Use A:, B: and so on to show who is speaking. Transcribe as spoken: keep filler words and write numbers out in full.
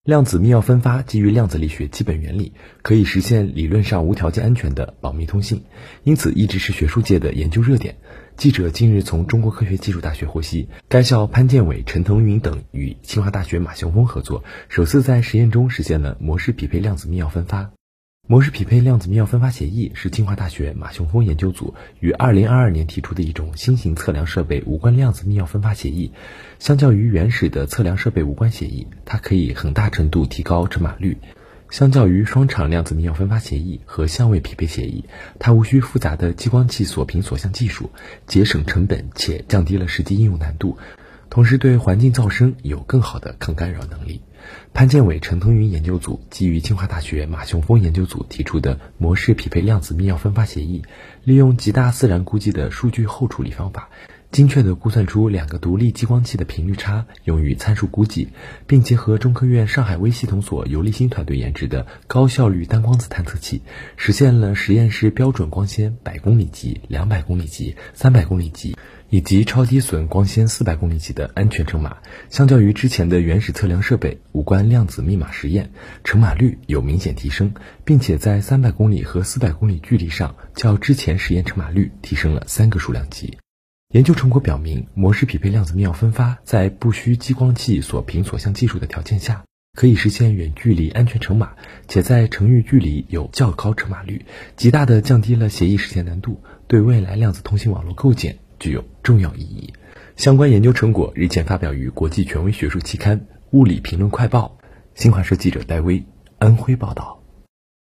A: 量子密钥分发基于量子力学基本原理，可以实现理论上无条件安全的保密通信，因此一直是学术界的研究热点。记者近日从中国科学技术大学获悉，该校潘建伟、陈腾云等与清华大学马雄峰合作，首次在实验中实现了模式匹配量子密钥分发。模式匹配量子密钥分发协议是清华大学马雄峰研究组于二零二二年提出的一种新型测量设备无关量子密钥分发协议。相较于原始的测量设备无关协议，它可以很大程度提高成码率。相较于双场量子密钥分发协议和相位匹配协议，它无需复杂的激光器锁屏锁相技术，节省成本且降低了实际应用难度，同时对环境噪声有更好的抗干扰能力。潘建伟、陈腾云研究组基于清华大学马雄峰研究组提出的模式匹配量子密钥分发协议，利用极大自然估计的数据后处理方法，精确地估算出两个独立激光器的频率差，用于参数估计，并结合中科院上海微系统所游立新团队研制的高效率单光子探测器，实现了实验室标准光纤百公里级、两百公里级、三百公里级以及超低损光纤四百公里级的安全成码。相较于之前的原始测量设备无关量子密码实验，成码率有明显提升，并且在三百公里和四百公里距离上较之前实验成码率提升了三个数量级。研究成果表明，模式匹配量子密钥分发在不需激光器锁屏锁相技术的条件下，可以实现远距离安全成码，且在程域距离有较高成码率，极大地降低了协议实现难度，对未来量子通信网络构建具有重要意义。相关研究成果日前发表于国际权威学术期刊《物理评论快报》。新华社记者戴威，安徽报道。